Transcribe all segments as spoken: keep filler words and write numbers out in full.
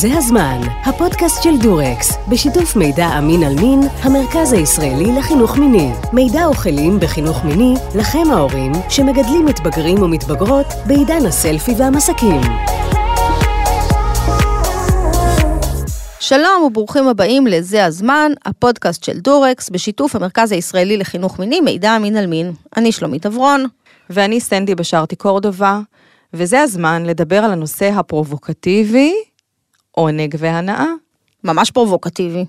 זה הזמן, הפודקאסט של דורקס, בשיתוף מידע אמין על מין, המרכז הישראלי לחינוך מיני. מידע וכלים בחינוך מיני, לכם ההורים שמגדלים מתבגרים ומתבגרות בעידן הסלפי והמסכים. שלום וברוכים הבאים לזה הזמן, הפודקאסט של דורקס, בשיתוף המרכז הישראלי לחינוך מיני, מידע אמין על מין. אני שלומית אברון. ואני סנדי בשארתי קורדובה, וזה הזמן לדבר על הנושא הפרובוקטיבי, עונג והנאה. ממש פרובוקטיבי.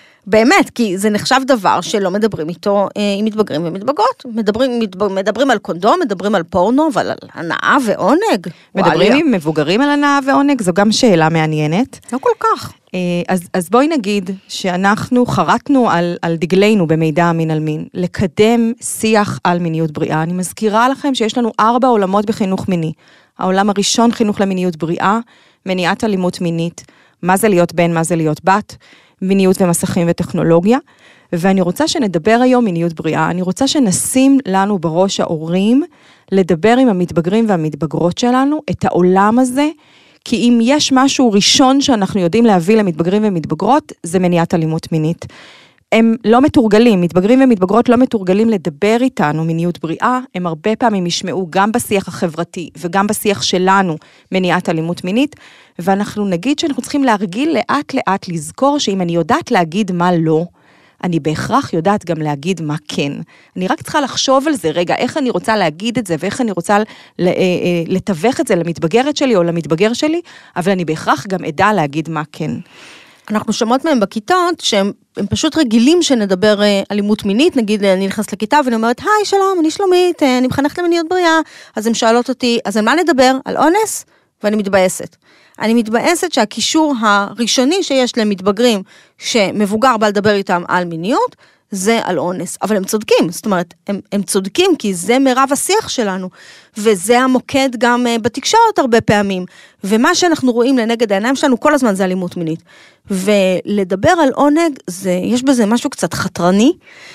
באמת, כי זה נחשב דבר שלא מדברים איתו אה, עם מתבגרים ומתבגרות. מדברים, מדבר, מדברים על קונדום, מדברים על פורנו, אבל על הנאה ועונג. מדברים עם מבוגרים על הנאה ועונג, זו גם שאלה מעניינת. לא כל כך. אה, אז, אז בואי נגיד שאנחנו חרטנו על, על דגלנו במידע אמין על מין, לקדם שיח על מיניות בריאה. אני מזכירה לכם שיש לנו ארבע עולמות בחינוך מיני. העולם הראשון, חינוך למיניות בריאה, מניעת אלימות מינית, מה זה להיות בן, מה זה להיות בת, מיניות ומסכים וטכנולוגיה, ואני רוצה שנדבר היום מיניות בריאה, אני רוצה שנשים לנו בראש ההורים, לדבר עם המתבגרים והמתבגרות שלנו, את העולם הזה, כי אם יש משהו ראשון שאנחנו יודעים להביא למתבגרים ומתבגרות, זה מניעת אלימות מינית. הם לא מתורגלים, מתבגרים ומתבגרות לא מתורגלים לדבר איתנו מיניות בריאה, הם הרבה פעמים ישמעו גם בשיח החברתי וגם בשיח שלנו מניעת אלימות מינית, ואנחנו נגיד שאנחנו צריכים להרגיל לאט לאט לזכור שאם אני יודעת להגיד מה לא, אני בהכרח יודעת גם להגיד מה כן. אני רק צריכה לחשוב על זה, רגע, איך אני רוצה להגיד את זה, ואיך אני רוצה לתווך את זה למתבגרת שלי או למתבגר שלי, אבל אני בהכרח גם אדע להגיד מה כן. אנחנו שמעות מהם בכיתות שהם פשוט רגילים שנדבר אלימות מינית, נגיד אני נכנסת לכיתה ואני אומרת, היי שלום, אני שלומית, אני מחנכת למיניות בריאה, אז הם שואלות אותי, אז על מה נדבר? על אונס? ואני מתבאסת. אני מתבאסת שהקישור הראשוני שיש למתבגרים, שמבוגר בא לדבר איתם על מיניות, זה על אונס, אבל הם צודקים, זאת אומרת, הם, הם צודקים כי זה מרב השיח שלנו, וזה המוקד גם בתקשורת הרבה פעמים, ומה שאנחנו רואים לנגד העיניים שלנו כל הזמן זה אלימות מינית, ולדבר על עונג, זה, יש בזה משהו קצת חתרני,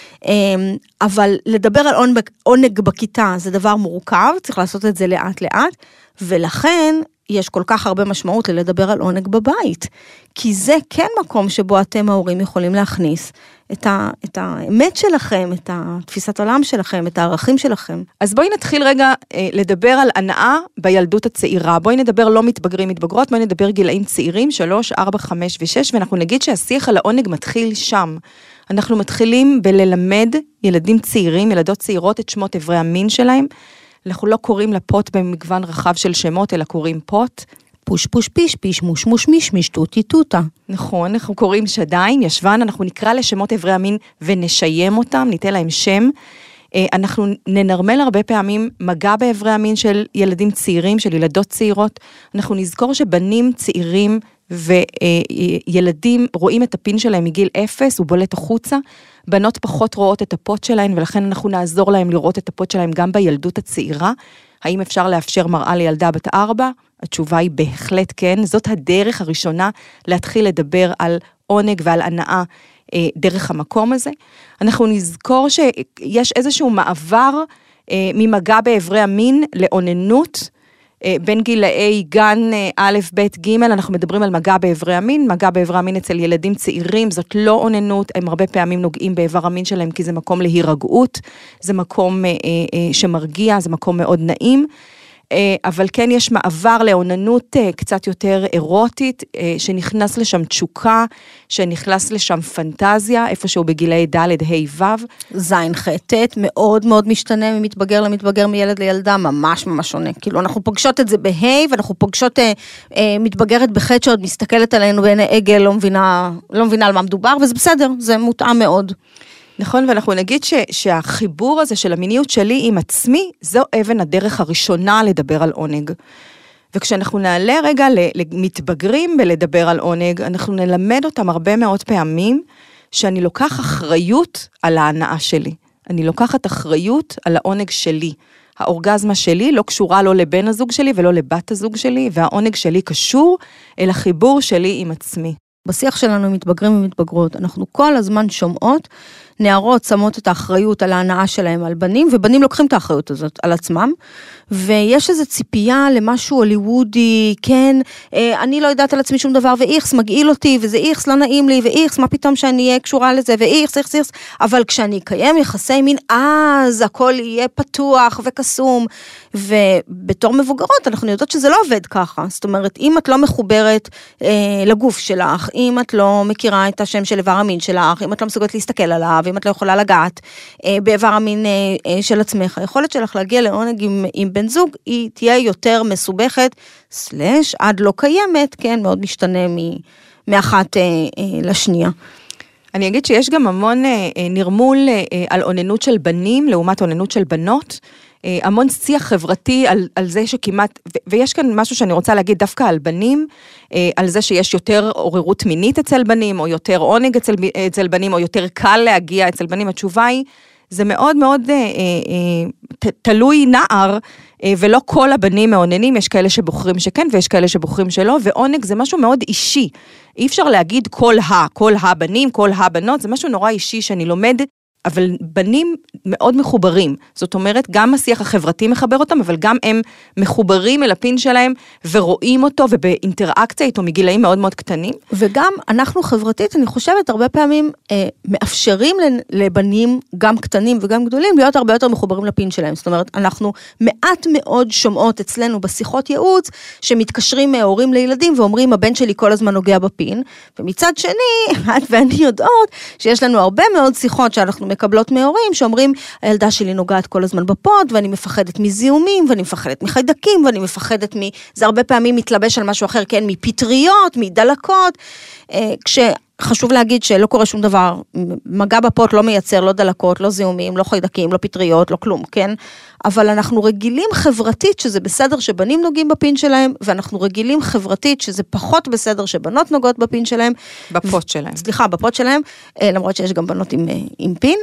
אבל לדבר על עונג, עונג בכיתה זה דבר מורכב, צריך לעשות את זה לאט לאט, ולכן יש כל כך הרבה משמעות ללדבר על עונג בבית, כי זה כן מקום שבו אתם ההורים יכולים להכניס את, ה, את האמת שלכם, את התפיסת עולם שלכם, את הערכים שלכם. אז בואי נתחיל רגע אה, לדבר על הנאה בילדות הצעירה, בואי נדבר לא מתבגרים מתבגרות, בואי נדבר גילאים צעירים, שלוש, ארבע, חמש ושש, ואנחנו נגיד שהשיח על העונג מתחיל שם. אנחנו מתחילים בללמד ילדים צעירים, ילדות צעירות את שמות עברי המין שלהם, אנחנו לא קוראים לפוט במגוון רחב של שמות, אלא קוראים פוט. פוש פוש פיש פיש מוש מוש מיש מיש טוטי טוטה. נכון, אנחנו קוראים שדיים, ישבן, אנחנו נקרא לשמות עברי המין ונשיים אותם, ניתן להם שם. אנחנו ננרמל הרבה פעמים מגע בעברי המין של ילדים צעירים, של ילדות צעירות. אנחנו נזכור שבנים צעירים וילדים רואים את הפין שלהם מגיל אפס, הוא בולט החוצה. בנות פחות רואות את הפוט שלהן, ולכן אנחנו נעזור להם לראות את הפוט שלהם גם בילדות הצעירה. האם אפשר לאפשר מראה לילדה בת ארבע? התשובה היא בהחלט כן. זאת הדרך הראשונה להתחיל לדבר על עונג ועל הנאה אה, דרך המקום הזה. אנחנו נזכור שיש איזשהו מעבר אה, ממגע בעברי המין לעוננות, בין גילאי גן א', ב', ג', אנחנו מדברים על מגע בעברי המין, מגע בעברי המין אצל ילדים צעירים, זאת לא עוננות, הם הרבה פעמים נוגעים בעבר המין שלהם, כי זה מקום להירגעות, זה מקום שמרגיע, זה מקום מאוד נעים, אבל כן יש מעבר לעוננות קצת יותר אירוטית, שנכנס לשם תשוקה, שנכנס לשם פנטזיה, איפשהו בגילאי ד', ה', ו'. זין, ח', ט', מאוד מאוד משתנה ממתבגר למתבגר, מילד לילדה, ממש ממש שונה. כאילו אנחנו פוגשות את זה בה' ואנחנו פוגשות אה, אה, מתבגרת בח' שעוד מסתכלת עלינו בעיני עגל, לא מבינה, לא מבינה על מה מדובר, וזה בסדר, זה מותאם מאוד. נכון, ואנחנו נגיד ש, שהחיבור הזה של המיניות שלי עם עצמי, זו אבן הדרך הראשונה לדבר על עונג. וכשאנחנו נעלה רגע למתבגרים בלדבר על עונג, אנחנו נלמד אותם הרבה מאוד פעמים, שאני לוקח אחריות על ההנאה שלי. אני לוקחת אחריות על העונג שלי. האורגזמה שלי לא קשורה לא לבן הזוג שלי ולא לבת הזוג שלי, והעונג שלי קשור אל החיבור שלי עם עצמי. בשיח שלנו מתבגרים ומתבגרות, אנחנו כל הזמן שומעות נערות שמות את האחריות על ההנאה שלהם על בנים, ובנים לוקחים את האחריות הזאת על עצמם, ויש איזו ציפייה למשהו הוליוודי, כן, אני לא יודעת על עצמי שום דבר, ואיכס מגעיל אותי, וזה איכס לא נעים לי, ואיכס מה פתאום שאני אהיה קשורה לזה, ואיכס, איכס, איכס, אבל כשאני אקיים יחסי מין, אז הכל יהיה פתוח וקסום, ובתור מבוגרות אנחנו יודעות שזה לא עובד ככה, זאת אומרת, אם את לא מחוברת אה, לגוף שלך, אם את לא מכירה את השם של איבר המין שלך, אם את לא מסוגלת להסתכל עליו, אם את לא יכולה לגעת אה, באיבר המין אה, אה, של עצמך, היכולת שלך להגיע לעונג עם, עם בן זוג, היא תהיה יותר מסובכת, סלש, עד לא קיימת, כן, מאוד משתנה מ, מאחת אה, אה, לשנייה. אני אגיד שיש גם המון אה, נרמול אה, על עוננות של בנים, לעומת עוננות של בנות, אה, המון שיח חברתי על, על זה שכמעט, ו, ויש כאן משהו שאני רוצה להגיד דווקא על בנים, אה, על זה שיש יותר עוררות מינית אצל בנים, או יותר עונג אצל, אצל בנים, או יותר קל להגיע אצל בנים, התשובה היא, זה מאוד מאוד אה, אה, ת, תלוי נער, אה, ולא כל הבנים מעוננים, יש כאלה שבוחרים שכן, ויש כאלה שבוחרים שלא, ועונג זה משהו מאוד אישי, אי אפשר להגיד כל ה, כל הבנים, כל הבנות, זה משהו נורא אישי שאני לומד, אבל בנים מאוד מחוברים, זאת אומרת, גם השיח החברתי מחבר אותם, אבל גם הם מחוברים אל הפין שלהם, ורואים אותו, ובאינטראקציה איתו מגילאים מאוד מאוד קטנים. וגם אנחנו חברתית, אני חושבת, הרבה פעמים אה, מאפשרים לבנים, גם קטנים וגם גדולים, להיות הרבה יותר מחוברים לפין שלהם. זאת אומרת, אנחנו מעט מאוד שומעות אצלנו בשיחות ייעוץ, שמתקשרים מההורים לילדים, ואומרים, הבן שלי כל הזמן נוגע בפין, ומצד שני, את ואני יודעות, שיש לנו הרבה מאוד שיחות שאנחנו מקבלות מההורים, שאומרים, הילדה שלי נוגעת כל הזמן בפוד, ואני מפחדת מזיהומים, ואני מפחדת מחיידקים, ואני מפחדת מ... זה הרבה פעמים מתלבש על משהו אחר, כן, מפטריות, מדלקות, כשחשוב להגיד שלא קורה שום דבר, מגע בפוד לא מייצר, לא דלקות, לא זיהומים, לא חיידקים, לא פטריות, לא כלום, כן? אבל אנחנו רגילים חברתית שזה בסדר שבנים נוגעים בפין שלהם, ואנחנו רגילים חברתית שזה פחות בסדר שבנות נוגעות בפין שלהם. בפוד שלהם. סליחה, בפוד שלהם, למרות שיש גם בנות עם, עם פין.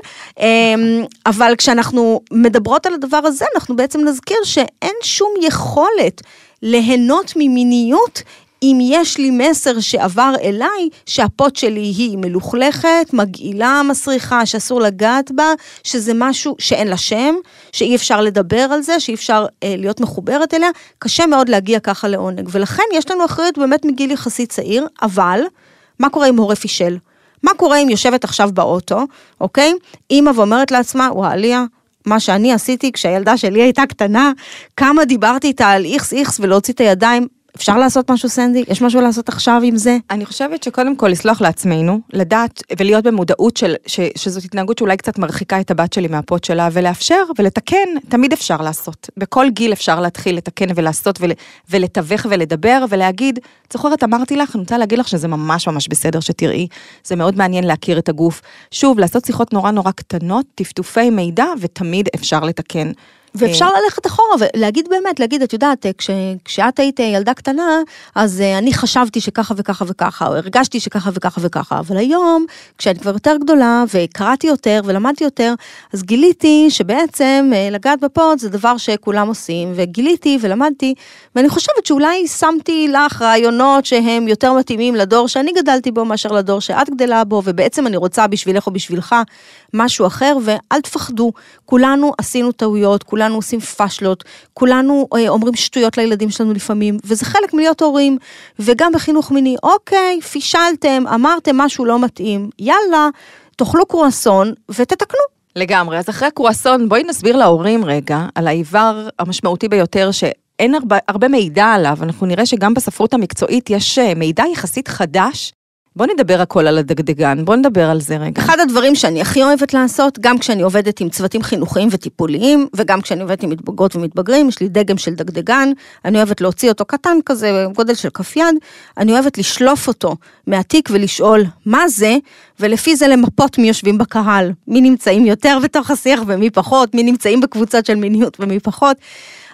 אבל כשאנחנו מדברות על הדבר הזה, אנחנו בעצם נזכיר שאין שום יכולת ליהנות ממיניות, אם יש לי מסר שעבר אליי, שהפות שלי היא מלוכלכת, מגעילה, מסריחה, שאסור לגעת בה, שזה משהו שאין לה שם, שאי אפשר לדבר על זה, שאי אפשר אה, להיות מחוברת אליה, קשה מאוד להגיע ככה לעונג. ולכן יש לנו אחריות באמת מגיל יחסית צעיר, אבל מה קורה עם הורה פישל? מה קורה אם יושבת עכשיו באוטו, אוקיי? אמא ואומרת לעצמה, וואליה, מה שאני עשיתי כשהילדה שלי הייתה קטנה, כמה דיברתי איתה על איכס איכס ולהוציא את הידיים, אפשר לעשות משהו סנדי? יש משהו לעשות עכשיו עם זה? אני חושבת שקודם כל לסלוח לעצמנו, לדעת ולהיות במודעות של, ש, שזאת התנהגות שאולי קצת מרחיקה את הבת שלי מהפות שלה, ולאפשר ולתקן, תמיד אפשר לעשות. בכל גיל אפשר להתחיל לתקן ולעשות ול, ולתווך ולדבר ולהגיד, זוכרת, אמרתי לך, אני רוצה להגיד לך שזה ממש ממש בסדר שתראי, זה מאוד מעניין להכיר את הגוף. שוב, לעשות שיחות נורא נורא קטנות, טפטופי מידע, ותמיד אפשר לתקן. ואפשר ללכת אחורה, ולהגיד באמת, להגיד, את יודעת, כש, כשאת היית ילדה קטנה, אז אני חשבתי שככה וככה וככה, או הרגשתי שככה וככה וככה, אבל היום, כשאני כבר יותר גדולה, וקראתי יותר ולמדתי יותר, אז גיליתי שבעצם לגעת בפוד זה דבר שכולם עושים, וגיליתי ולמדתי, ואני חושבת שאולי שמתי לך רעיונות שהם יותר מתאימים לדור שאני גדלתי בו, מאשר לדור שאת גדלה בו, ובעצם אני רוצה בשבילך או בשבילך משהו אחר, ואל תפחדו, כולנו עשינו טעויות, כולנו עושים פשלות, כולנו אה, אומרים שטויות לילדים שלנו לפעמים, וזה חלק מלהיות הורים, וגם בחינוך מיני, אוקיי, פישלתם, אמרתם משהו לא מתאים, יאללה, תאכלו קרואסון ותתקנו. לגמרי, אז אחרי קרואסון, בואי נסביר להורים רגע, על האיבר המשמעותי ביותר, שאין הרבה, הרבה מידע עליו, אנחנו נראה שגם בספרות המקצועית יש מידע יחסית חדש, בוא נדבר הכל על הדגדגן, בוא נדבר על זה רגע. אחד הדברים שאני הכי אוהבת לעשות, גם כשאני עובדת עם צוותים חינוכיים וטיפוליים, וגם כשאני עובדת עם מתבגרות ומתבגרים, יש לי דגם של דגדגן, אני אוהבת להוציא אותו קטן כזה, גודל של כף יד, אני אוהבת לשלוף אותו מהתיק ולשאול מה זה, ולפי זה למפות מי יושבים בקהל, מי נמצאים יותר בתוך השיח ומי פחות, מי נמצאים בקבוצות של מיניות ומי פחות,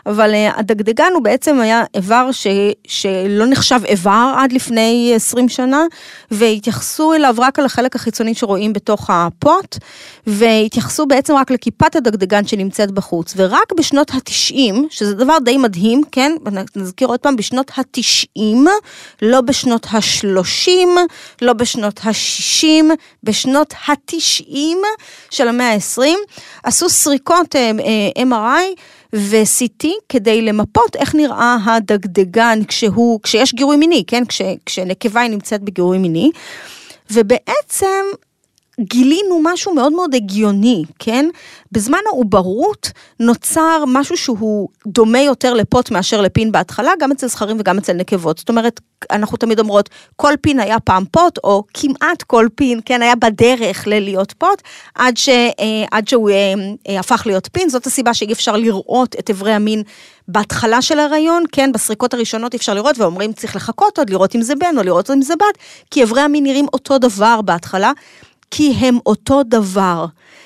אבל הדגדגן הוא בעצם היה איבר ש, שלא נחשב איבר עד לפני עשרים שנה, והתייחסו אליו רק על החלק החיצוני שרואים בתוך הפוט, והתייחסו בעצם רק לכיפת הדגדגן שנמצאת בחוץ, ורק בשנות התשעים, שזה דבר די מדהים, כן, נזכיר עוד פעם, בשנות התשעים, לא בשנות השלושים, לא בשנות השישים, בשנות התשעים של המאה העשרים, עשו סריקות אם אר איי ו-סי טי כדי למפות איך נראה הדגדגן כשהוא, כשיש גירוי מיני, כן? כש, כשנקבה היא נמצאת בגירוי מיני, ובעצם גילינו משהו מאוד מאוד הגיוני, כן? בזמן העוברות נוצר משהו שהוא דומה יותר לפוט מאשר לפין בהתחלה, גם אצל זכרים וגם אצל נקבות. זאת אומרת, אנחנו תמיד אומרות, כל פין היה פעם פוט, או כמעט כל פין, כן, היה בדרך ללהיות פוט, עד, ש, עד שהוא הפך להיות פין. זאת הסיבה שאי אפשר לראות את עברי המין בהתחלה של הרעיון, כן, בסריקות הראשונות אי אפשר לראות, ואומרים צריך לחכות עוד, לראות אם זה בן או לראות אם זה בת, כי עברי המין נראים אותו דבר בהתחלה, כי הם אותו דבר,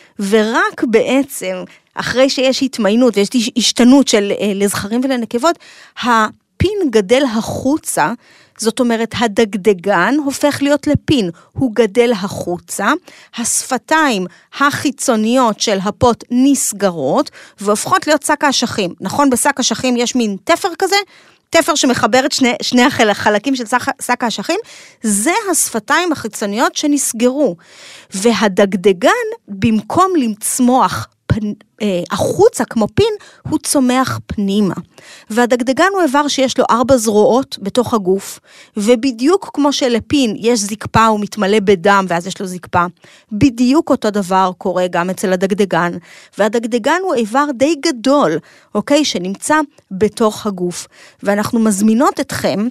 ורק בעצם, אחרי שיש התמיינות ויש השתנות של לזכרים ולנקבות, הפין גדל החוצה, זאת אומרת, הדגדגן הופך להיות לפין, הוא גדל החוצה, השפתיים החיצוניות של הפוט נסגרות, והופכות להיות שק האשכים. נכון, בשק האשכים יש מין תפר כזה, תפר שמחבר את שני, שני החלקים של שק האשכים, זה השפתיים החיצוניות שנסגרו. והדגדגן, במקום לצמוח פנ... החוצה כמו פין, הוא צומח פנימה. והדגדגן הוא איבר שיש לו ארבע זרועות בתוך הגוף, ובדיוק כמו שלפין יש זקפה, הוא מתמלא בדם, ואז יש לו זקפה. בדיוק אותו דבר קורה גם אצל הדגדגן, והדגדגן הוא איבר די גדול, אוקיי, שנמצא בתוך הגוף. ואנחנו מזמינות אתכם,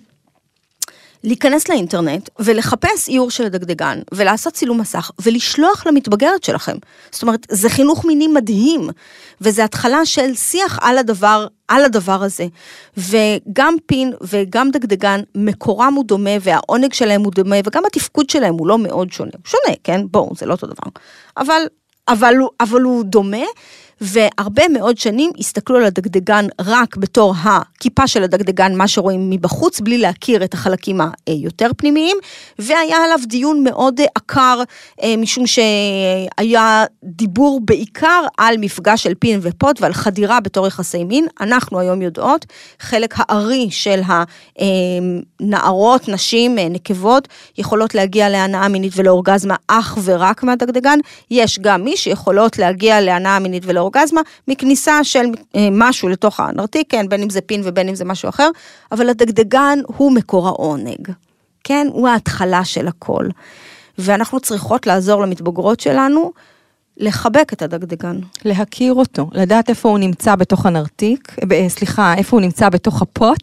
להיכנס לאינטרנט ולחפש איור של הדגדגן, ולעשות צילום מסך, ולשלוח למתבגרת שלכם. זאת אומרת, זה חינוך מיני מדהים, וזה התחלה של שיח על הדבר, על הדבר הזה. וגם פין וגם דגדגן, מקורם הוא דומה, והעונג שלהם הוא דומה, וגם התפקוד שלהם הוא לא מאוד שונה. הוא שונה, כן? בואו, זה לא אותו דבר. אבל, אבל, אבל הוא דומה, והרבה מאוד שנים הסתכלו על הדגדגן רק בתור הכיפה של הדגדגן, מה שרואים מבחוץ, בלי להכיר את החלקים היותר פנימיים, והיה עליו דיון מאוד עקר, משום שהיה דיבור בעיקר על מפגש של פין ופוט, ועל חדירה בתור יחסי מין. אנחנו היום יודעות, חלק הארי של הנערות, נשים, נקבות, יכולות להגיע להנאה מינית ולאורגזמה אך ורק מהדגדגן. יש גם מי שיכולות להגיע להנאה מינית ולאורגזמה, אורגזמה, מכניסה של משהו לתוך הנרתיק, כן, בין אם זה פין ובין אם זה משהו אחר, אבל הדגדגן הוא מקור העונג, כן, הוא ההתחלה של הכל, ואנחנו צריכות לעזור למתבגרות שלנו, לחבק את הדגדגן. להכיר אותו, לדעת איפה הוא נמצא בתוך הנרתיק, סליחה, איפה הוא נמצא בתוך הפוט,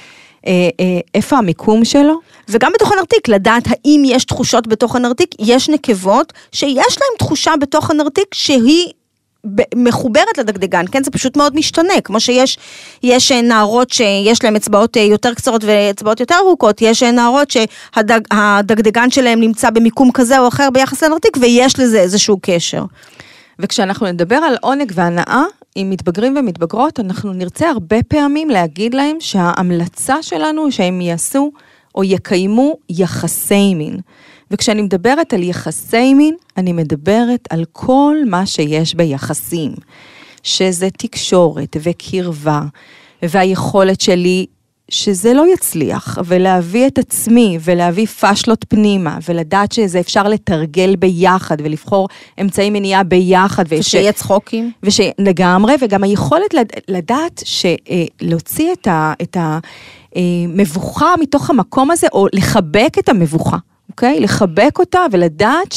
איפה המיקום שלו, וגם בתוך הנרתיק, לדעת האם יש תחושות בתוך הנרתיק, יש נקבות שיש להם תחושה בתוך הנרתיק שהיא מחוברת לדגדגן, כן, זה פשוט מאוד משתנה, כמו שיש יש נערות שיש להם אצבעות יותר קצרות ואצבעות יותר ארוכות, יש נערות שהדגדגן שלהם נמצא במיקום כזה או אחר ביחס לנרתיק, ויש לזה איזשהו קשר. וכשאנחנו נדבר על עונג והנאה, עם מתבגרים ומתבגרות, אנחנו נרצה הרבה פעמים להגיד להם שההמלצה שלנו שהם יעשו או יקיימו יחסי מין. וכשאני מדברת על יחסי מין, אני מדברת על כל מה שיש ביחסים, שזה תקשורת וקרבה, והיכולת שלי שזה לא יצליח, ולהביא את עצמי, ולהביא פשלות פנימה, ולדעת שזה אפשר לתרגל ביחד, ולבחור אמצעי מניעה ביחד. ושיהיה צחוקים. לגמרי, וגם היכולת לדעת שלהוציא את המבוכה מתוך המקום הזה, או לחבק את המבוכה. אוקיי? לחבק אותה ולדעת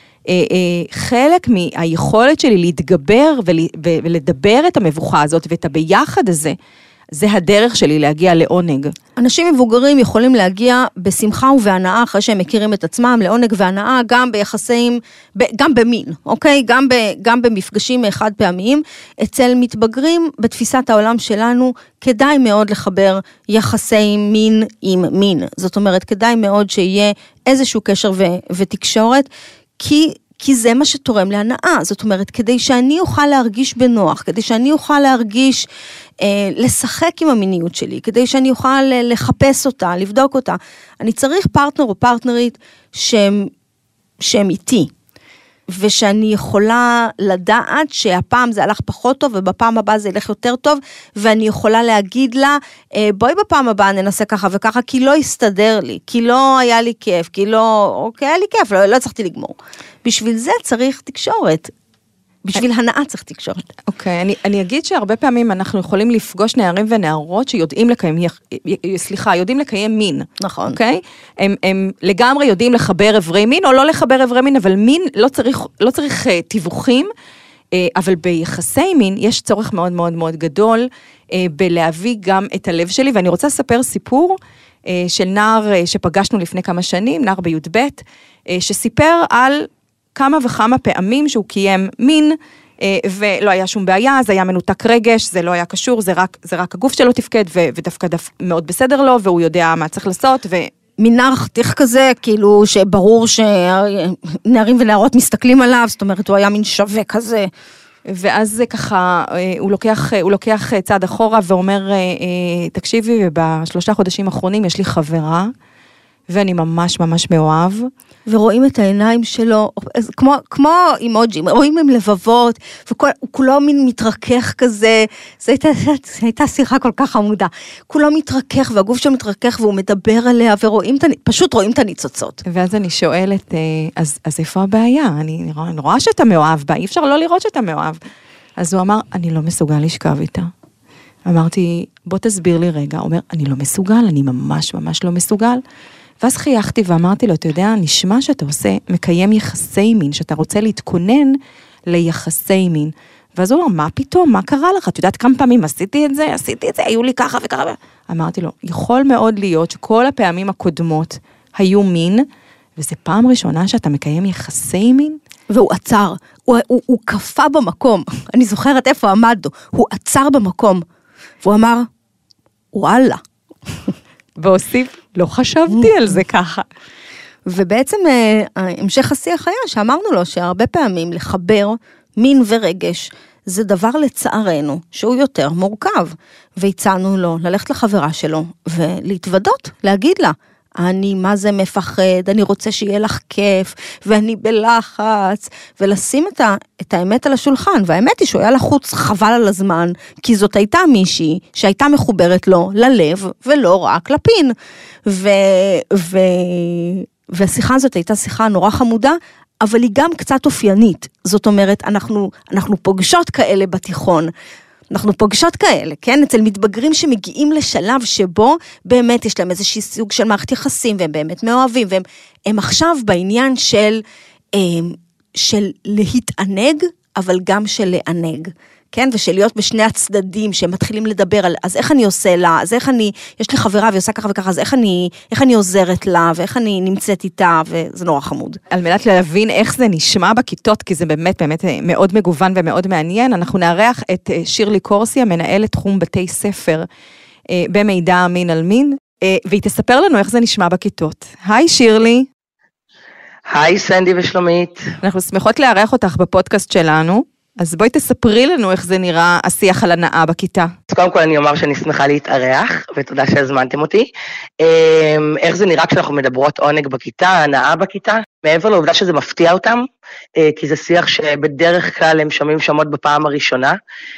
שחלק מהיכולת שלי להתגבר ולדבר את המבוכה הזאת ואת הביחד הזה, זה הדרך שלי להגיע לעונג. אנשים מבוגרים יכולים להגיע בשמחה ובהנאה, אחרי שהם מכירים את עצמם, לעונג והנאה, גם ביחסים, גם במין, אוקיי? גם, ב, גם במפגשים חד פעמיים. אצל מתבגרים, בתפיסת העולם שלנו, כדאי מאוד לחבר יחסי מין עם מין. זאת אומרת, כדאי מאוד שיהיה איזשהו קשר ו, ותקשורת, כי כי זה מה שתורם להנאה, זאת אומרת, כדי שאני אוכל להרגיש בנוח, כדי שאני אוכל להרגיש, אה, לשחק עם המיניות שלי, כדי שאני אוכל לחפש אותה, לבדוק אותה, אני צריך פרטנר או פרטנרית שהם, שהם איתי, ושאני יכולה לדעת שהפעם זה הלך פחות טוב, ובפעם הבאה זה ילך יותר טוב, ואני יכולה להגיד לה, בואי בפעם הבאה ננסה ככה וככה, כי לא הסתדר לי, כי לא היה לי כיף, כי לא, אוקיי, היה לי כיף, לא, לא צריכתי לגמור. בשביל זה צריך תקשורת. בשביל הנאה צריך תקשורת. אוקיי, אני, אני אגיד שהרבה פעמים אנחנו יכולים לפגוש נערים ונערות שיודעים לקיים, סליחה, יודעים לקיים מין. נכון. אוקיי? הם, הם לגמרי יודעים לחבר עברי מין, או לא לחבר עברי מין, אבל מין לא צריך, לא צריך uh, תיווכים, uh, אבל ביחסי מין יש צורך מאוד מאוד מאוד גדול, uh, בלהביא גם את הלב שלי, ואני רוצה לספר סיפור, uh, של נער uh, שפגשנו לפני כמה שנים, נער בי"ב, uh, שסיפר על כמה וכמה פעמים שהוא קיים מין, ולא היה שום בעיה, זה היה מנותק רגש, זה לא היה קשור, זה רק, זה רק הגוף שלו תפקד, ודווקא מאוד בסדר לו, והוא יודע מה צריך לעשות, ו... מנער חתיך כזה, כאילו שברור שנערים ונערות מסתכלים עליו, זאת אומרת, הוא היה מין שווה כזה. ואז זה ככה, הוא לוקח, הוא לוקח צעד אחורה, ואומר, תקשיבי, ובשלושה חודשים האחרונים יש לי חברה, ואני ממש ממש מאוהב. ורואים את העיניים שלו, כמו, כמו אימוג'ים, רואים הם לבבות, וכולו מין מתרכך כזה, זו הייתה, זו הייתה שיחה כל כך עמודה, כולו מתרכך, והגוף שלו מתרכך, והוא מדבר עליה, ורואים, פשוט רואים את הניצוצות. ואז אני שואלת, אז, אז איפה הבעיה? אני, אני רואה שאתה מאוהב בה, אי אפשר לא לראות שאתה מאוהב. אז הוא אמר, אני לא מסוגל לשכב איתה. אמרתי, בוא תסביר לי רגע. הוא אומר, אני לא מסוגל, אני ממש ממש לא מסוגל. ואז חייכתי ואמרתי לו, אתה יודע, נשמע שאתה עושה, מקיים יחסי מין, שאתה רוצה להתכונן ליחסי מין. ואז הוא אומר, מה פתאום, מה קרה לך? את יודעת כמה פעמים עשיתי את זה, עשיתי את זה, היו לי ככה וככה. אמרתי לו, יכול מאוד להיות שכל הפעמים הקודמות היו מין, וזה פעם ראשונה שאתה מקיים יחסי מין. והוא עצר, הוא, הוא, הוא קפה במקום, אני זוכרת איפה עמדו, הוא עצר במקום, והוא אמר, וואלה. והוסיף, לא חשבתי על זה ככה. ובעצם המשך השיח היה שאמרנו לו שהרבה פעמים לחבר מין ורגש זה דבר לצערנו שהוא יותר מורכב, והצענו לו ללכת לחברה שלו ולהתוודות, להגיד לה, אני מה זה מפחד, אני רוצה שיהיה לך כיף, ואני בלחץ, ולשים את, ה, את האמת על השולחן, והאמת היא שהוא היה לחוץ חבל על הזמן, כי זאת הייתה מישהי שהייתה מחוברת לו ללב, ולא רק לפין, ו, ו, והשיחה הזאת הייתה שיחה נורא חמודה, אבל היא גם קצת אופיינית, זאת אומרת, אנחנו, אנחנו פוגשות כאלה בתיכון, אנחנו פוגשות כאלה, כן? אצל מתבגרים שמגיעים לשלב שבו באמת יש להם איזושהי סוג של מערכת יחסים, והם באמת מאוהבים, והם הם עכשיו בעניין של, של להתענג, אבל גם של לענג, כן? ושל להיות בשני הצדדים שהם מתחילים לדבר על, אז איך אני עושה לה, אז איך אני, יש לי חברה והיא עושה ככה וככה, אז איך אני, איך אני עוזרת לה, ואיך אני נמצאת איתה, וזה נורא חמוד. על מנת להבין איך זה נשמע בכיתות, כי זה באמת באמת מאוד מגוון ומאוד מעניין, אנחנו נארח את שירלי קורסי, המנהלת תחום בתי ספר במידע אמין על מין, והיא תספר לנו איך זה נשמע בכיתות. היי שירלי. היי סנדי ושלומית. אנחנו שמחות לארח אותך בפודקאסט שלנו. אז בואי תספרי לנו איך זה נראה השיח על הנאה בכיתה. אז קודם כל אני אומר שאני שמחה להתארח, ותודה שהזמנתם אותי. איך זה נראה כשאנחנו מדברות עונג בכיתה, הנאה בכיתה? מעבר לעובדה שזה מפתיע אותם, כי זה שיח שבדרך כלל הם שומעים שמות בפעם הראשונה,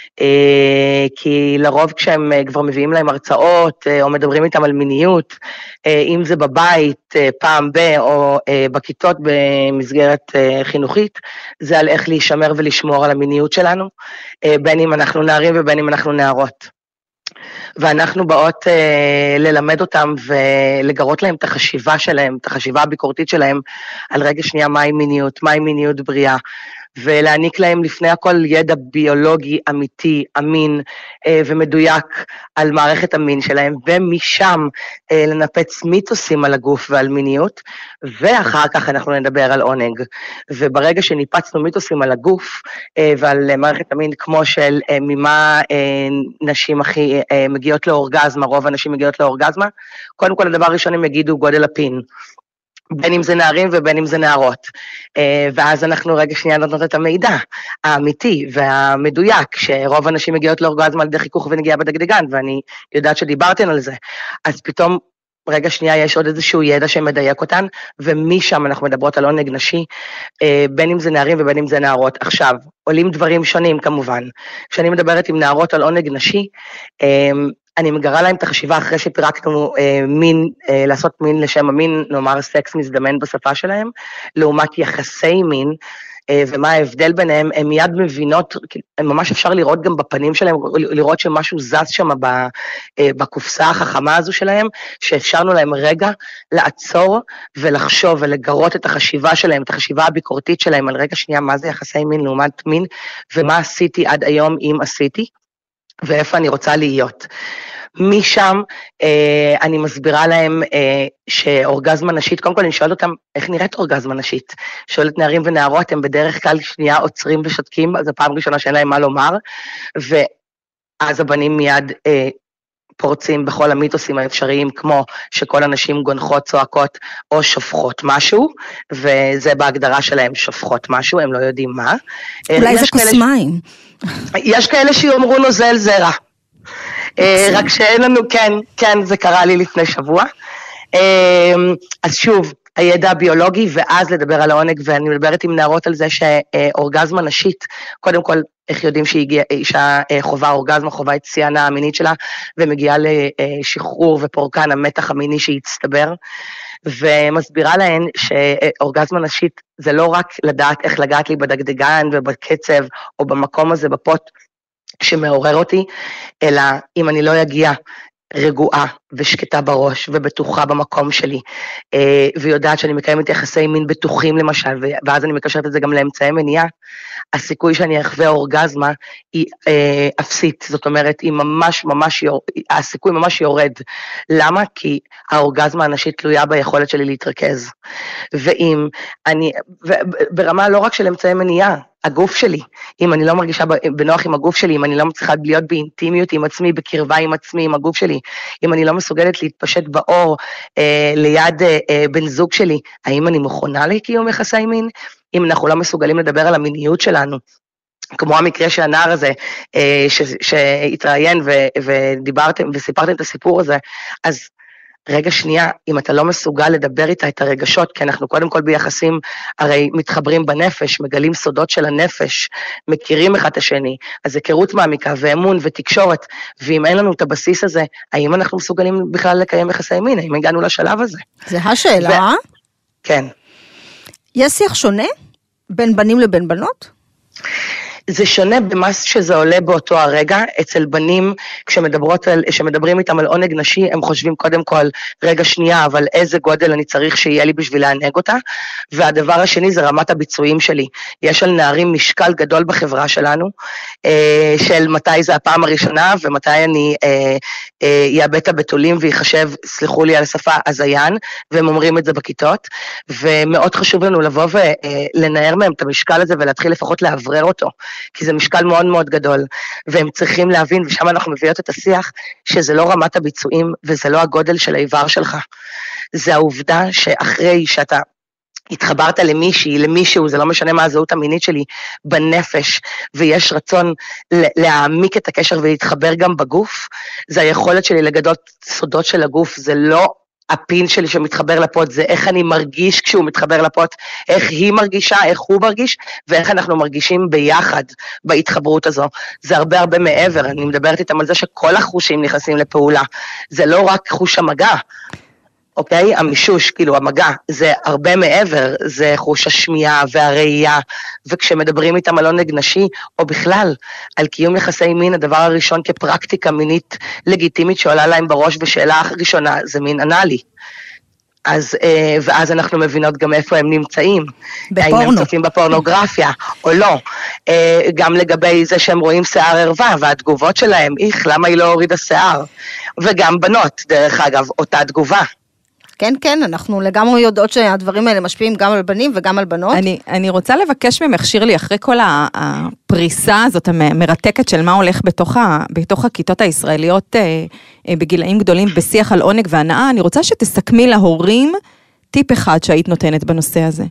כי לרוב כשהם כבר מביאים להם הרצאות, או מדברים איתם על מיניות, אם זה בבית, פעם ב, או בכיתות במסגרת חינוכית, זה על איך להישמר ולשמור על המיניות שלנו, בין אם אנחנו נערים ובין אם אנחנו נערות. ואנחנו באות אה, ללמד אותם ולגרות להם את החשיבה שלהם, את החשיבה הביקורתית שלהם, על רגע שנייה מהי מיניות, מהי מיניות בריאה, ולהעניק להם לפני הכל ידע ביולוגי אמיתי, אמין אה, ומדויק על מערכת המין שלהם, ומשם אה, לנפץ מיתוסים על הגוף ועל מיניות, ואחר כך אנחנו נדבר על עונג. וברגע שניפצנו מיתוסים על הגוף אה, ועל מערכת המין, כמו של אה, ממה אה, נשים הכי אה, מגיעות לאורגזמה, רוב הנשים מגיעות לאורגזמה, קודם כל הדבר הראשון הם יגידו גודל הפין. בין אם זה נערים ובין אם זה נערות. ואז אנחנו רגע שנייה נותנות את המידע האמיתי והמדויק, שרוב האנשים מגיעות לאורגזמה על ידי חיכוך ונגיעה בדגדגן, ואני יודעת שדיברתן על זה. אז פתאום רגע שנייה יש עוד איזשהו ידע שמדייק אותן, ומשם אנחנו מדברות על עונג נשי, בין אם זה נערים ובין אם זה נערות. עכשיו, עולים דברים שונים כמובן. כשאני מדברת עם נערות על עונג נשי, אני מגרה להם את החשיבה אחרי שפירקנו אה, מין, אה, לעשות מין לשם המין, נאמר סקס מזדמן בשפה שלהם, לעומת יחסי מין, אה, ומה ההבדל ביניהם, הם מיד מבינות, הם ממש אפשר לראות גם בפנים שלהם, לראות שמשהו זז שם ב, אה, בקופסה החכמה הזו שלהם, שאפשרנו להם רגע לעצור ולחשוב ולגרות את החשיבה שלהם, את החשיבה הביקורתית שלהם, על רגע שנייה מה זה יחסי מין לעומת מין, ומה עשיתי עד היום אם עשיתי, ואיפה אני רוצה להיות. משם אה, אני מסבירה להם אה, שאורגזמה נשית, קודם כל אני שואלת אותם, איך נראית אורגזמה נשית? שואלת נערים ונערות, הם בדרך כלל שנייה עוצרים ושותקים, זו פעם ראשונה שאין להם מה לומר, ואז הבנים מיד אה, פורצים בכל המיתוסים האפשריים, כמו שכל הנשים גונחות, צועקות או שופכות משהו, וזה בהגדרה שלהם שופכות משהו, הם לא יודעים מה. אולי זה כוס מים. יש כאלה שיאמרו נוזל זרע. רק שאין לנו, כן, כן, זה קרה לי לפני שבוע. אז שוב, הידע הביולוגי, ואז לדבר על העונג, ואני מדברת עם נערות על זה שאורגזמה נשית, קודם כל, איך יודעים שאישה חובה אורגזמה, חובה את סיינה המינית שלה, ומגיעה לשחרור ופורקן המתח המיני שהצטבר, ומסבירה להן שאורגזמה נשית זה לא רק לדעת איך לגעת לי בדגדגן ובקצב, או במקום הזה בפוט שמעורר אותי, אלא אם אני לא אגיע רגועה ושקטה בראש ובטוחה במקום שלי, ויודעת שאני מקיימת יחסי מין בטוחים למשל, ואז אני מקשרת את זה גם לאמצעי מניעה, הסיכוי שאני אחווה אורגזמה היא אפסית, זאת אומרת, היא ממש ממש, הסיכוי ממש יורד. למה? כי האורגזמה הנשית תלויה ביכולת שלי להתרכז. ואם אני, ברמה לא רק של אמצעי מניעה, הגוף שלי, אם אני לא מרגישה בנוח עם הגוף שלי, אם אני לא מצליחה להיות באינטימיות עם עצמי, בקרבה עם עצמי, עם הגוף שלי, אם אני לא מסוגלת להתפשט באור אה, ליד אה, אה, בן זוג שלי, האם אני מוכנה לקיום יחסי מין? אם אנחנו לא מסוגלים לדבר על המיניות שלנו, כמו המקרה של הנער הזה, אה, ש, שהתראיין ו, ודיברתם וסיפרתם את הסיפור הזה, אז רגע שנייה, אם אתה לא מסוגל לדבר איתה את הרגשות, כי אנחנו קודם כל ביחסים הרי מתחברים בנפש, מגלים סודות של הנפש, מכירים אחד את השני, אז היכרות מעמיקה ואמון ותקשורת, ואם אין לנו את הבסיס הזה, האם אנחנו מסוגלים בכלל לקיים יחסי מין? האם הגענו לשלב הזה? זה השאלה. ו... כן. יש שיח שונה בין בנים לבין בנות? זה שונה במה שזה עולה באותו הרגע, אצל בנים, כשמדברות על, כשמדברים איתם על עונג נשי, הם חושבים קודם כל, רגע שנייה, אבל איזה גודל אני צריך שיהיה לי בשביל לענג אותה, והדבר השני זה רמת הביצועים שלי. יש על נערים משקל גדול בחברה שלנו, של מתי זה הפעם הראשונה, ומתי אני אאבד את הבתולים, ויחשב, סליחו לי על השפה, הזיין, והם אומרים את זה בכיתות, ומאוד חשוב לנו לבוא ולנער מהם את המשקל הזה, ולהתחיל לפחות לעברר אותו. כי זה משקל מאוד מאוד גדול, והם צריכים להבין, ושם אנחנו מביאות את השיח, שזה לא רמת הביצועים, וזה לא הגודל של האיבר שלך. זה העובדה שאחרי שאתה התחברת למישהי, למישהו, זה לא משנה מה הזהות המינית שלי, בנפש, ויש רצון להעמיק את הקשר ולהתחבר גם בגוף, זה היכולת שלי לגדות סודות של הגוף, זה לא הפין שלי שמתחבר לפוט, זה איך אני מרגיש כשהוא מתחבר לפוט, איך היא מרגישה, איך הוא מרגיש, ואיך אנחנו מרגישים ביחד בהתחברות הזו. זה הרבה הרבה מעבר, אני מדברת איתם על זה שכל החושים נכנסים לפעולה, זה לא רק חוש המגע, אוקיי? המישוש, כאילו המגע, זה הרבה מעבר, זה חוש השמיעה והראייה, וכשמדברים איתם על עונג נשי, או בכלל, על קיום יחסי מין, הדבר הראשון כפרקטיקה מינית לגיטימית שעולה להם בראש, ושאלה ראשונה, זה מין אנלי. אז, ואז אנחנו מבינות גם איפה הם נמצאים. בפורנו. האם הם צופים בפורנוגרפיה, או לא. גם לגבי זה שהם רואים שיער ערווה, והתגובות שלהם, איך, למה היא לא הורידה שיער? וגם בנות, דרך אגב, אותה תגובה. כן, כן, אנחנו לגמרי יודעות שהדברים האלה משפיעים גם על בנים וגם על בנות. אני, אני רוצה לבקש ממך, שירלי, אחרי כל הפריסה הזאת המרתקת של מה הולך בתוך, ה, בתוך הכיתות הישראליות אה, אה, בגילאים גדולים, בשיח על עונג והנאה, אני רוצה שתסכמי להורים טיפ אחד שהיית נותנת בנושא הזה.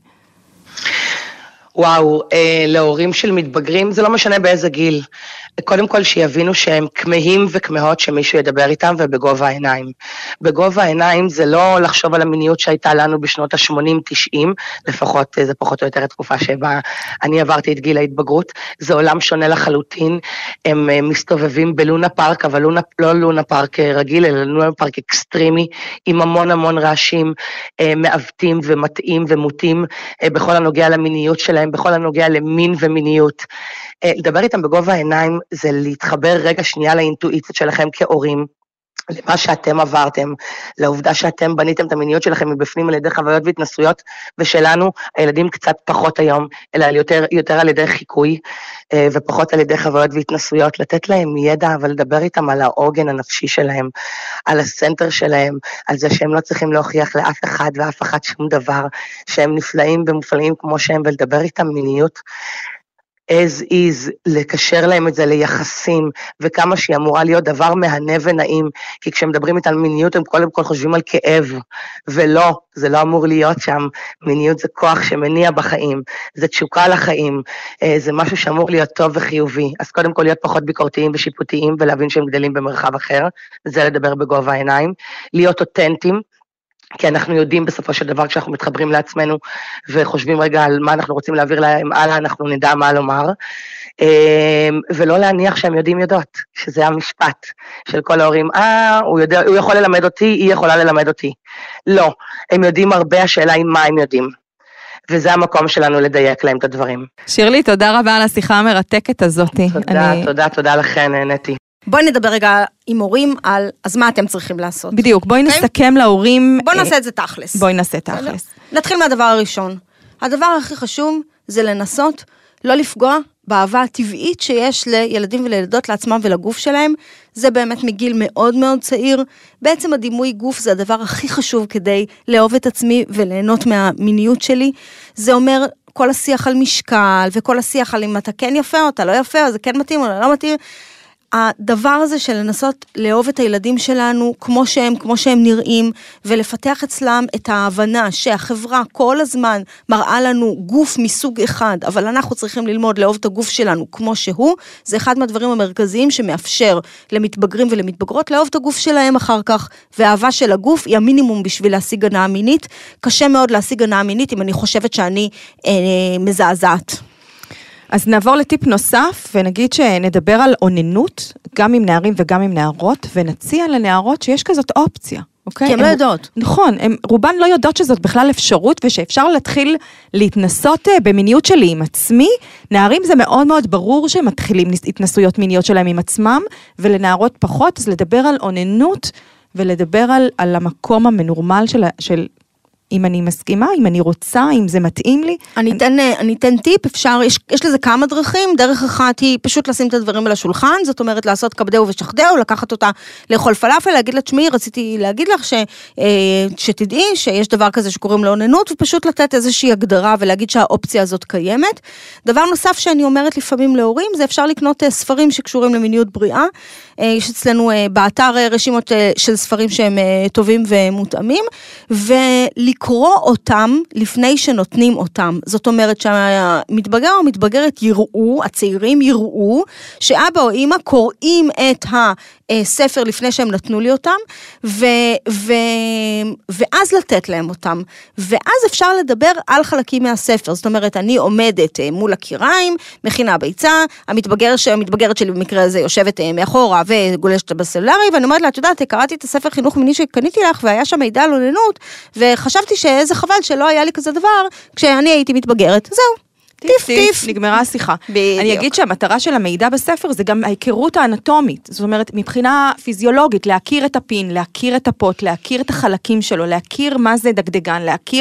וואו, אה, להורים של מתבגרים, זה לא משנה באיזה גיל. קודם כל שיבינו שהם כמהים וכמהות שמישהו ידבר איתם ובגובה העיניים. בגובה העיניים זה לא לחשוב על המיניות שהייתה לנו בשנות ה-שמונים תשעים, לפחות זה פחות או יותר התקופה שבה אני עברתי את גיל ההתבגרות, זה עולם שונה לחלוטין, הם מסתובבים בלונה פארק, אבל לונה, לא לונה פארק רגיל, אלא לונה פארק אקסטרימי, עם המון המון רעשים, מעוותים ומטעים ומוטים, בכל הנוגע למיניות שלהם, בכל הנוגע למין ומיניות. לדבר איתם בגובה העיניים זה להתחבר רגע שנייה לאינטואיציות שלכם כהורים, למה שאתם עברתם, לעובדה שאתם בניתם את המיניות שלכם מבפנים על ידי חוויות והתנסויות, ושלנו הילדים קצת פחות היום, אלא יותר, יותר על ידי חיקוי, ופחות על ידי חוויות והתנסויות, לתת להם ידע, אבל לדבר איתם על העוגן הנפשי שלהם, על הסנטר שלהם, על זה שהם לא צריכים להוכיח לאף אחד ואף אחד שום דבר, שהם נפלאים ומופלאים כמו שהם, ולדבר איתם מיניות, as is, לקשר להם את זה ליחסים, וכמה שהיא אמורה להיות דבר מהנה ונעים, כי כשמדברים איתם על מיניות, הם קודם כל חושבים על כאב, ולא, זה לא אמור להיות שם, מיניות זה כוח שמניע בחיים, זה תשוקה לחיים, זה משהו שאמור להיות טוב וחיובי, אז קודם כל להיות פחות ביקורתיים ושיפוטיים, ולהבין שהם גדלים במרחב אחר, זה לדבר בגובה העיניים, להיות אותנטיים, כי אנחנו יודעים בסופו של דבר, כשאנחנו מתחברים לעצמנו, וחושבים רגע על מה אנחנו רוצים להעביר להם הלאה, אנחנו נדע מה לומר, ולא להניח שהם יודעים יודעות, שזה המשפט של כל ההורים, אה, הוא, יודע, הוא יכול ללמד אותי, היא יכולה ללמד אותי. לא, הם יודעים הרבה, השאלה היא מה הם יודעים. וזה המקום שלנו לדייק להם את הדברים. שירלי, תודה רבה על השיחה המרתקת הזאת. תודה, אני... תודה, תודה לכן, נהניתי. בואי נדבר רגע עם הורים על, אז מה אתם צריכים לעשות? בדיוק, בואי נסכם להורים. בואי נעשה את זה תכלס. בואי נעשה תכלס. נתחיל מהדבר הראשון. הדבר הכי חשוב זה לנסות לא לפגוע באהבה הטבעית שיש לילדים ולילדות לעצמם ולגוף שלהם. זה באמת מגיל מאוד מאוד צעיר. בעצם הדימוי גוף זה הדבר הכי חשוב כדי לאהוב את עצמי וליהנות מהמיניות שלי. זה אומר כל השיח על משקל וכל השיח על אם אתה כן יפה או אתה לא יפה, או זה כן מתאים או לא מתאים. הדבר הזה של לנסות לאהוב את הילדים שלנו כמו שהם, כמו שהם נראים, ולפתח אצלם את ההבנה שהחברה כל הזמן מראה לנו גוף מסוג אחד, אבל אנחנו צריכים ללמוד לאהוב את הגוף שלנו כמו שהוא, זה אחד מהדברים המרכזיים שמאפשר למתבגרים ולמתבגרות לאהוב את הגוף שלהם אחר כך, והאהבה של הגוף היא המינימום בשביל להשיג הנאה מינית. קשה מאוד להשיג הנאה מינית אם אני חושבת שאני אה, מזעזעת. אז נעבור לטיפ נוסף, ונגיד שנדבר על אוננות, גם עם נערים וגם עם נערות, ונציע לנערות שיש כזאת אופציה, אוקיי? כי הן לא יודעות. נכון, הם, רובן לא יודעות שזאת בכלל אפשרות, ושאפשר להתחיל להתנסות במיניות שלי עם עצמי. נערים זה מאוד מאוד ברור שהם מתחילים התנסויות מיניות שלהם עם עצמם, ולנערות פחות, אז לדבר על אוננות, ולדבר על, על המקום המנורמל של, של אם אני מסכימה, אם אני רוצה, אם זה מתאים לי. אני אתן, אני אתן טיפ, אפשר, יש, יש לזה כמה דרכים, דרך אחת היא פשוט לשים את הדברים על השולחן, זאת אומרת לעשות כבדהו ושחדהו, לקחת אותה לאכול פלאפל, להגיד לה, תשמעי, רציתי להגיד לך ש, שתדעי שיש דבר כזה שקוראים לו אוננות, ופשוט לתת איזושהי הגדרה ולהגיד שהאופציה הזאת קיימת. דבר נוסף שאני אומרת לפעמים להורים, זה אפשר לקנות ספרים שקשורים למיניות בריאה, יש אצלנו באתר רשימות של ספרים שהם טובים ומותאמים, ולקרוא אותם לפני שנותנים אותם. זאת אומרת שהמתבגר או מתבגרת יראו, הצעירים יראו, שאבא או אמא קוראים את הספר לפני שהם נתנו לי אותם, ו, ו, ואז לתת להם אותם. ואז אפשר לדבר על חלקים מהספר. זאת אומרת, אני עומדת מול הקיריים, מכינה ביצה, המתבגרת, המתבגרת שלי במקרה הזה יושבת מאחורה, וגולשת בסלולרי, ואני אומרת לה, את יודעת, קראתי את הספר חינוך מיני שקניתי לך, והיה שם מידע על אוננות, וחשבתי שאיזה חבל שלא היה לי כזה דבר, כשאני הייתי מתבגרת. זהו. טיף טיף. נגמרה השיחה. אני אגיד שהמטרה של המידע בספר, זה גם ההיכרות האנטומית. זאת אומרת, מבחינה פיזיולוגית, להכיר את הפין, להכיר את הפוט, להכיר את החלקים שלו, להכיר מה זה דגדגן, להכיר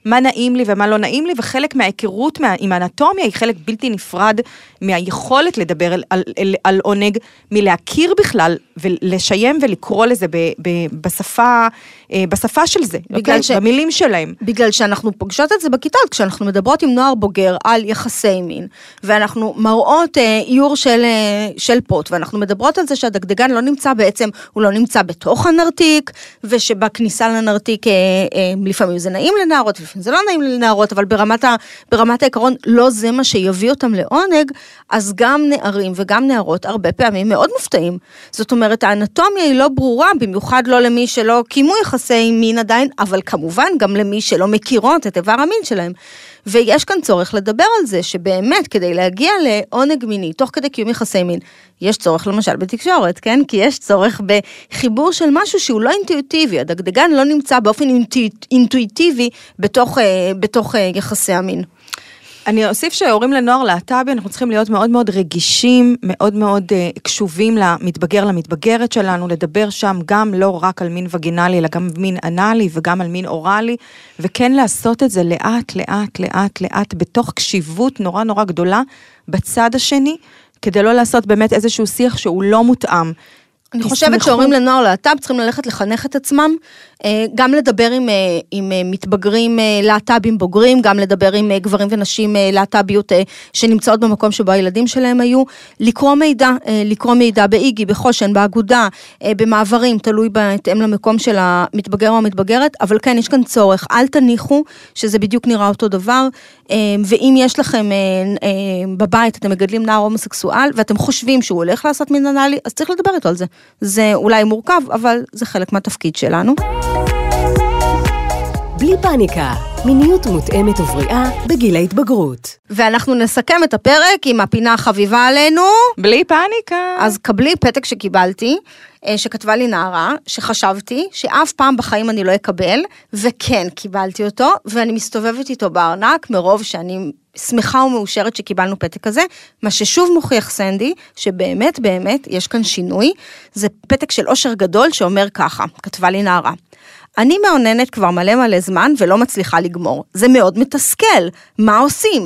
מה נעים לי ומה לא נעים לי, וחלק מההיכרות מה, עם האנטומיה, היא חלק בלתי נפרד מהיכולת לדבר על, על, על, על עונג, מלהכיר בכלל, ולשיים ולקרוא לזה ב, ב, בשפה, בשפה של זה, בגלל okay? ש... במילים שלהם. בגלל שאנחנו פוגשות את זה בכיתות, כשאנחנו מדברות עם נוער בוגר על יחסי מין, ואנחנו מראות אה, איור של, אה, של פוט, ואנחנו מדברות על זה שהדגדגן לא נמצא בעצם, הוא לא נמצא בתוך הנרתיק, ושבכניסה לנרתיק, אה, אה, לפעמים זה נעים לנערות, לפעמים זה לא נעים לנערות, אבל ברמת, ה, ברמת העקרון, לא זה מה שיביא אותם לעונג, אז גם נערים וגם נערות, הרבה פעמים מאוד מופתעים. זאת אומרת, האנטומיה היא לא ברורה, במיוחד לא למי שלא קיימו יחסי מין עדיין, אבל כמובן גם למי שלא מכירות את איבר המין שלהם. ויש כאן צורך לדבר על זה, שבאמת כדי להגיע לעונג מיני, תוך כדי קיום יחסי מין, יש צורך למשל בתקשורת, כן? כי יש צורך בחיבור של משהו שהוא לא אינטואיטיבי, הדגדגן לא נמצא באופן אינטואיטיבי בתוך, בתוך יחסי המין. אני אוסיף שההורים לנוער להט"בי, אנחנו צריכים להיות מאוד מאוד רגישים, מאוד מאוד uh, קשובים למתבגר, למתבגרת שלנו, לדבר שם גם לא רק על מין וגינלי, אלא גם מין אנלי וגם על מין אורלי, וכן לעשות את זה לאט, לאט, לאט, לאט, בתוך קשיבות נורא נורא גדולה, בצד השני, כדי לא לעשות באמת איזשהו שיח שהוא לא מותאם. אני חושבת שהורים לנוער להט"ב צריכים ללכת לחנך את עצמם, גם לדבר עם, עם מתבגרים להט"בים בוגרים, גם לדבר עם גברים ונשים להט"ביות שנמצאות במקום שבו הילדים שלהם היו, לקרוא מידע, לקרוא מידע באיגי, בחושן, באגודה, במעברים, תלוי בהתאם למקום של המתבגר או המתבגרת, אבל כן, יש כאן צורך, אל תניחו שזה בדיוק נראה אותו דבר, ואם יש לכם בבית, אתם מגדלים נער הומוסקסואל, ואתם חושבים שהוא הולך לעשות מין אנלי, אז צריך לדבר איתו על זה. זה אולי מורכב, אבל זה חלק מהתפקיד שלנו. בלי פאניקה, מיניות מותאמת ובריאה בגיל ההתבגרות. ואנחנו נסכם את הפרק עם הפינה החביבה עלינו. בלי פאניקה. אז קבלי פתק שקיבלתי, שכתבה לי נערה, שחשבתי שאף פעם בחיים אני לא אקבל, וכן קיבלתי אותו, ואני מסתובבת איתו בארנק, מרוב שאני שמחה ומאושרת שקיבלנו פתק כזה, מה ששוב מוכיח סנדי, שבאמת באמת יש כאן שינוי, זה פתק של אושר גדול שאומר ככה, כתבה לי נערה, אני מעוננת כבר מלא מלא זמן ולא מצליחה לגמור, זה מאוד מתסכל, מה עושים?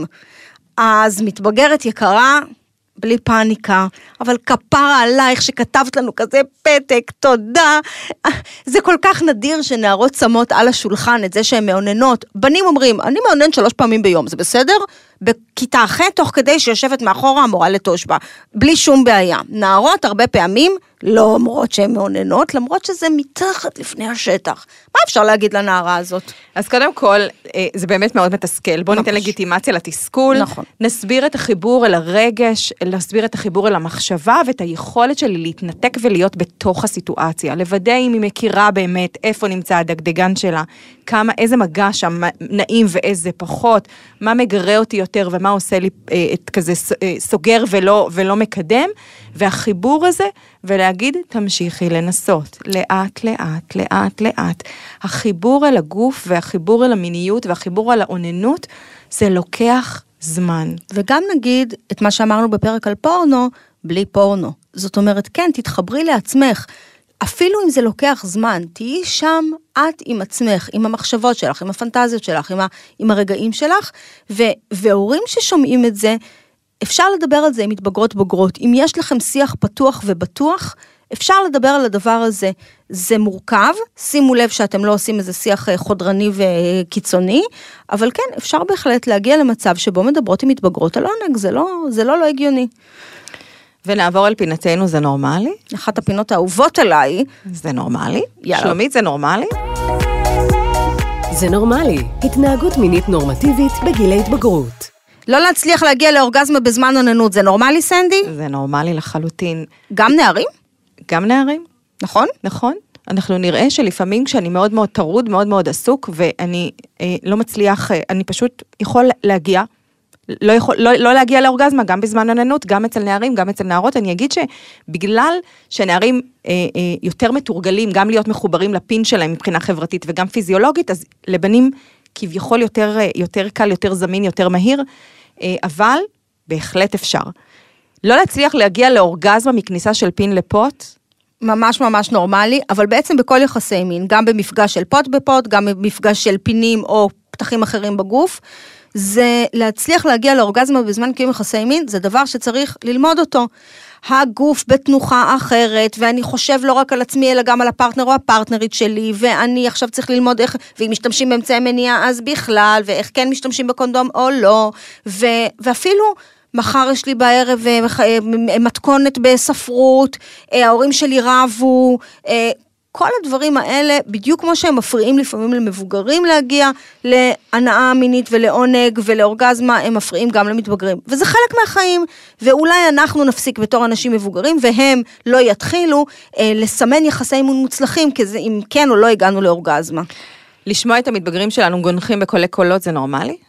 אז מתבגרת יקרה, בלי פאניקה, אבל כפרה עלייך שכתבת לנו כזה פתק, תודה. זה כל כך נדיר שנערות שמות על השולחן את זה שהן מעוננות. בנים אומרים, אני מעונן שלוש פעמים ביום, זה בסדר? בכיתה אחת, תוך כדי שיושבת מאחורה המורה לתושבה, בלי שום בעיה. נערות הרבה פעמים לא אומרות שהן מעוננות, למרות שזה מתחת לפני השטח. מה אפשר להגיד לנערה הזאת? אז קודם כל, זה באמת מאוד מתסכל. בואו ניתן לגיטימציה לתסכול. נכון. נסביר את החיבור אל הרגש, נסביר את החיבור אל המחשבה, ואת היכולת שלי להתנתק ולהיות בתוך הסיטואציה. לוודא אם היא מכירה באמת איפה נמצא הדגדגן שלה, כמה, איזה מגע שם נעים ואיזה פחות, מה מגרה אותי יותר ומה עושה לי את כזה סוגר ולא, ולא מקדם, והחיבור הזה, ולהגיד, תמשיכי לנסות, לאט, לאט, לאט, לאט. החיבור אל הגוף והחיבור אל המיניות והחיבור אל העוננות, זה לוקח זמן. וגם נגיד את מה שאמרנו בפרק על פורנו, בלי פורנו. זאת אומרת, כן, תתחברי לעצמך, אפילו אם זה לוקח זמן, תהיי שם את עם עצמך, עם המחשבות שלך, עם הפנטזיות שלך, עם, ה, עם הרגעים שלך, ו, והורים ששומעים את זה, אפשר לדבר על זה עם מתבגרות בוגרות. אם יש לכם שיח פתוח ובטוח, אפשר לדבר על הדבר הזה. זה מורכב, שימו לב שאתם לא עושים איזה שיח חודרני וקיצוני, אבל כן, אפשר בהחלט להגיע למצב שבו מדברות עם מתבגרות על עונג, זה לא, זה לא לא הגיוני. ונעבור אל פינתנו, זה נורמלי? אחת הפינות האהובות עליי. זה נורמלי? יאללה. שלומית, זה נורמלי? זה נורמלי, התנהגות מינית נורמטיבית בגיל ההתבגרות. לא להצליח להגיע לאורגזמה בזמן עוננות, זה נורמלי, סנדי? זה נורמלי לחלוטין. גם נערים? גם נערים. נכון? נכון. אנחנו נראה שלפעמים כשאני מאוד מאוד טרוד, מאוד מאוד עסוק, ואני אה, לא מצליח, אה, אני פשוט יכול להגיע, לא, יכול, לא, לא להגיע לאורגזמה, גם בזמן עוננות, גם אצל נערים, גם אצל נערות. אני אגיד שבגלל שנערים אה, אה, יותר מתורגלים, גם להיות מחוברים לפין שלהם מבחינה חברתית וגם פיזיולוגית, אז לבנים כביכול יותר, יותר קל, יותר זמין, יותר מהיר, אה, אבל בהחלט אפשר. לא להצליח להגיע לאורגזמה מכניסה של פין לפוט, ממש ממש נורמלי, אבל בעצם בכל יחסי מין, גם במפגש של פוט בפוט, גם במפגש של פינים או פתחים אחרים בגוף, זה להצליח להגיע לאורגזמה בזמן קיום יחסי מין, זה דבר שצריך ללמוד אותו. הגוף בתנוחה אחרת, ואני חושב לא רק על עצמי, אלא גם על הפרטנר או הפרטנרית שלי, ואני עכשיו צריך ללמוד איך, ואם משתמשים באמצעי מניעה אז בכלל, ואיך כן משתמשים בקונדום או לא, ו, ואפילו מחר יש לי בערב מתכונת בספרות, ההורים שלי רבו, כל הדברים האלה, בדיוק כמו שהם מפריעים לפעמים למבוגרים להגיע להנאה מינית ולעונג ולאורגזמה, הם מפריעים גם למתבגרים. וזה חלק מהחיים, ואולי אנחנו נפסיק בתור אנשים מבוגרים, והם לא יתחילו אה, לסמן יחסי אימון מוצלחים, כי זה, אם כן או לא הגענו לאורגזמה. לשמוע את המתבגרים שלנו גונחים בקולי קולות, זה נורמלי?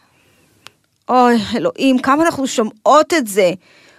אוי, אלוהים, כמה אנחנו שומעות את זה.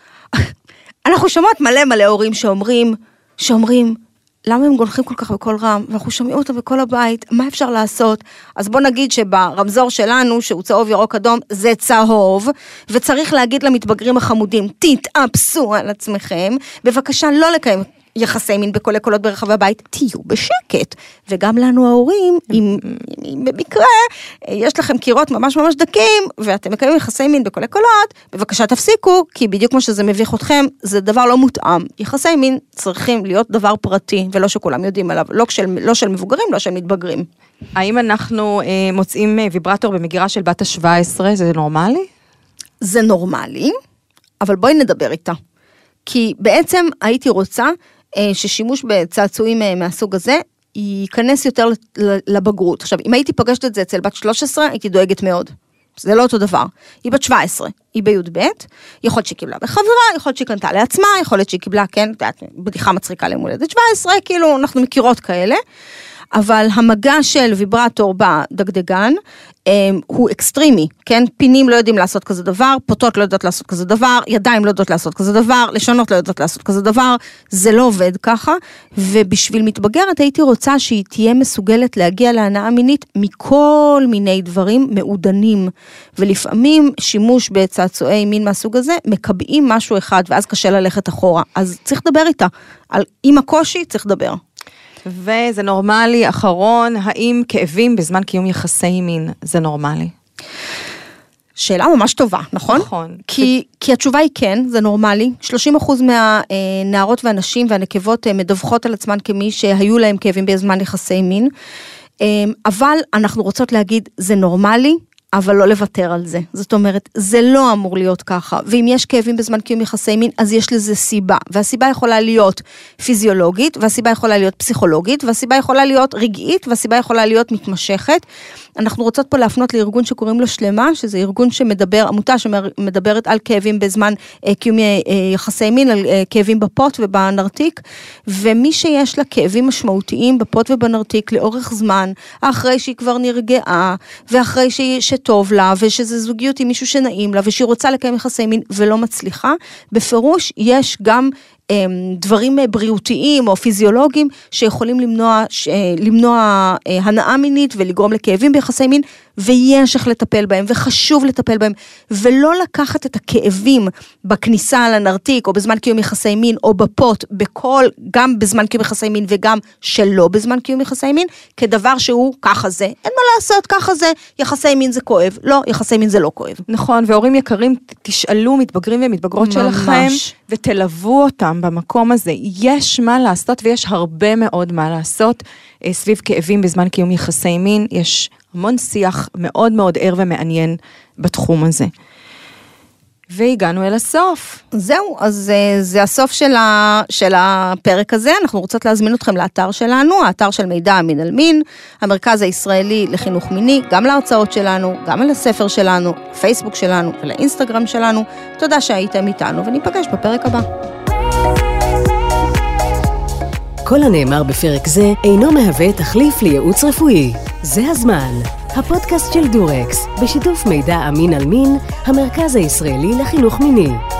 אנחנו שומעות מלא מלא הורים שאומרים, שאומרים, למה הם גונחים כל כך בכל רם, ואנחנו שומעים אותם בכל הבית, מה אפשר לעשות? אז בוא נגיד שברמזור שלנו, שהוא צהוב ירוק אדום, זה צהוב, וצריך להגיד למתבגרים החמודים, תתאפסו על עצמכם, בבקשה לא לקיים יחסי מין בקולי קולות ברחבי הבית, תהיו בשקט. וגם לנו ההורים, אם, אם במקרה יש לכם קירות ממש ממש דקים, ואתם מקיימים יחסי מין בקולי קולות, בבקשה תפסיקו, כי בדיוק כמו שזה מביך אתכם, זה דבר לא מותאם. יחסי מין צריכים להיות דבר פרטי, ולא שכולם יודעים עליו, לא של, לא של מבוגרים, לא של מתבגרים. האם אנחנו אה, מוצאים ויברטור במגירה של בת ה-שבע עשרה, זה נורמלי? זה נורמלי, אבל בואי נדבר איתה. כי בעצם הייתי רוצה ששימוש בצעצועים מהסוג הזה ייכנס יותר לבגרות. עכשיו, אם הייתי פגשת את זה אצל בת שלוש עשרה, הייתי דואגת מאוד. זה לא אותו דבר. היא בת שבע עשרה, היא בי"ב, יכול להיות שהיא קיבלה בחברה, יכול להיות שהיא קנתה לעצמה, יכול להיות שהיא קיבלה, כן, בדיחה מצחיקה למולדת שבע עשרה, כאילו אנחנו מכירות כאלה, אבל המגע של ויברטור בדגדגן, הוא אקסטרימי, כן? פינים לא יודעים לעשות כזה דבר, פוטות לא יודעות לעשות כזה דבר, ידיים לא יודעות לעשות כזה דבר, לשונות לא יודעות לעשות כזה דבר, זה לא עובד ככה, ובשביל מתבגרת הייתי רוצה שהיא תהיה מסוגלת להגיע להנאה מינית מכל מיני דברים מעודנים, ולפעמים שימוש בצעצועי מין מהסוג הזה, מקבעים משהו אחד, ואז קשה ללכת אחורה, אז צריך לדבר איתה, על עם הקושי צריך לדבר. וזה נורמלי, אחרון, האם כאבים בזמן קיום יחסי מין, זה נורמלי? שאלה ממש טובה, נכון? נכון. כי, כי התשובה היא כן, זה נורמלי. שלושים אחוז מהנערות והנשים והנקבות מדווחות על עצמן כמי שהיו להם כאבים בזמן יחסי מין, אבל אנחנו רוצות להגיד, זה נורמלי, אבל לא לוותר על זה. זאת אומרת, זה לא אמור להיות ככה, ואם יש כאבים בזמן קיום יחסי מין, אז יש לזה סיבה, והסיבה יכולה להיות פיזיולוגית, והסיבה יכולה להיות פסיכולוגית, והסיבה יכולה להיות רגעית, והסיבה יכולה להיות מתמשכת. אנחנו רוצות פה להפנות לארגון שקוראים לו שלמה, שזה ארגון שמדבר, עמותה שמדברת על כאבים בזמן קיום יחסי מין, על כאבים בפות ובנרתיק, ומי שיש לה כאבים משמעותיים בפות ובנרתיק לאורך זמן, אחרי שהיא כבר נרגעה, ואחרי שהיא טוב לה, ושזה זוגיות עם מישהו שנעים לה, ושהיא רוצה לקיים יחסי מין ולא מצליחה, בפירוש יש גם דברים בריאותיים או פיזיולוגיים שיכולים למנוע, למנוע הנאה מינית ולגרום לכאבים ביחסי מין, ויש איך לטפל בהם, וחשוב לטפל בהם, ולא לקחת את הכאבים בכניסה לנרתיק, או בזמן קיום יחסי מין, או בפות, בכל, גם בזמן קיום יחסי מין, וגם שלא בזמן קיום יחסי מין, כדבר שהוא ככה זה. אין מה לעשות, ככה זה, יחסי מין זה כואב. לא, יחסי מין זה לא כואב. נכון, והורים יקרים, תשאלו מתבגרים ומתבגרות שלכם, ותלוו אותם במקום הזה. יש מה לעשות, ויש הרבה מאוד מה לעשות, סביב כאבים בזמן קיום יחסי מין, יש המון שיח מאוד מאוד ער ומעניין בתחום הזה. והגענו אל הסוף. זהו, אז זה הסוף של, ה, של הפרק הזה. אנחנו רוצות להזמין אתכם לאתר שלנו, האתר של מידע אמין על מין, המרכז הישראלי לחינוך מיני, גם להרצאות שלנו, גם על הספר שלנו, פייסבוק שלנו ולאינסטגרם שלנו. תודה שהייתם איתנו, וניפגש בפרק הבא. כל הנאמר בפרק זה אינו מהווה תחליף לייעוץ רפואי. זה הזמן. הפודקאסט של דורקס, בשיתוף מידע אמין על מין, המרכז הישראלי לחינוך מיני.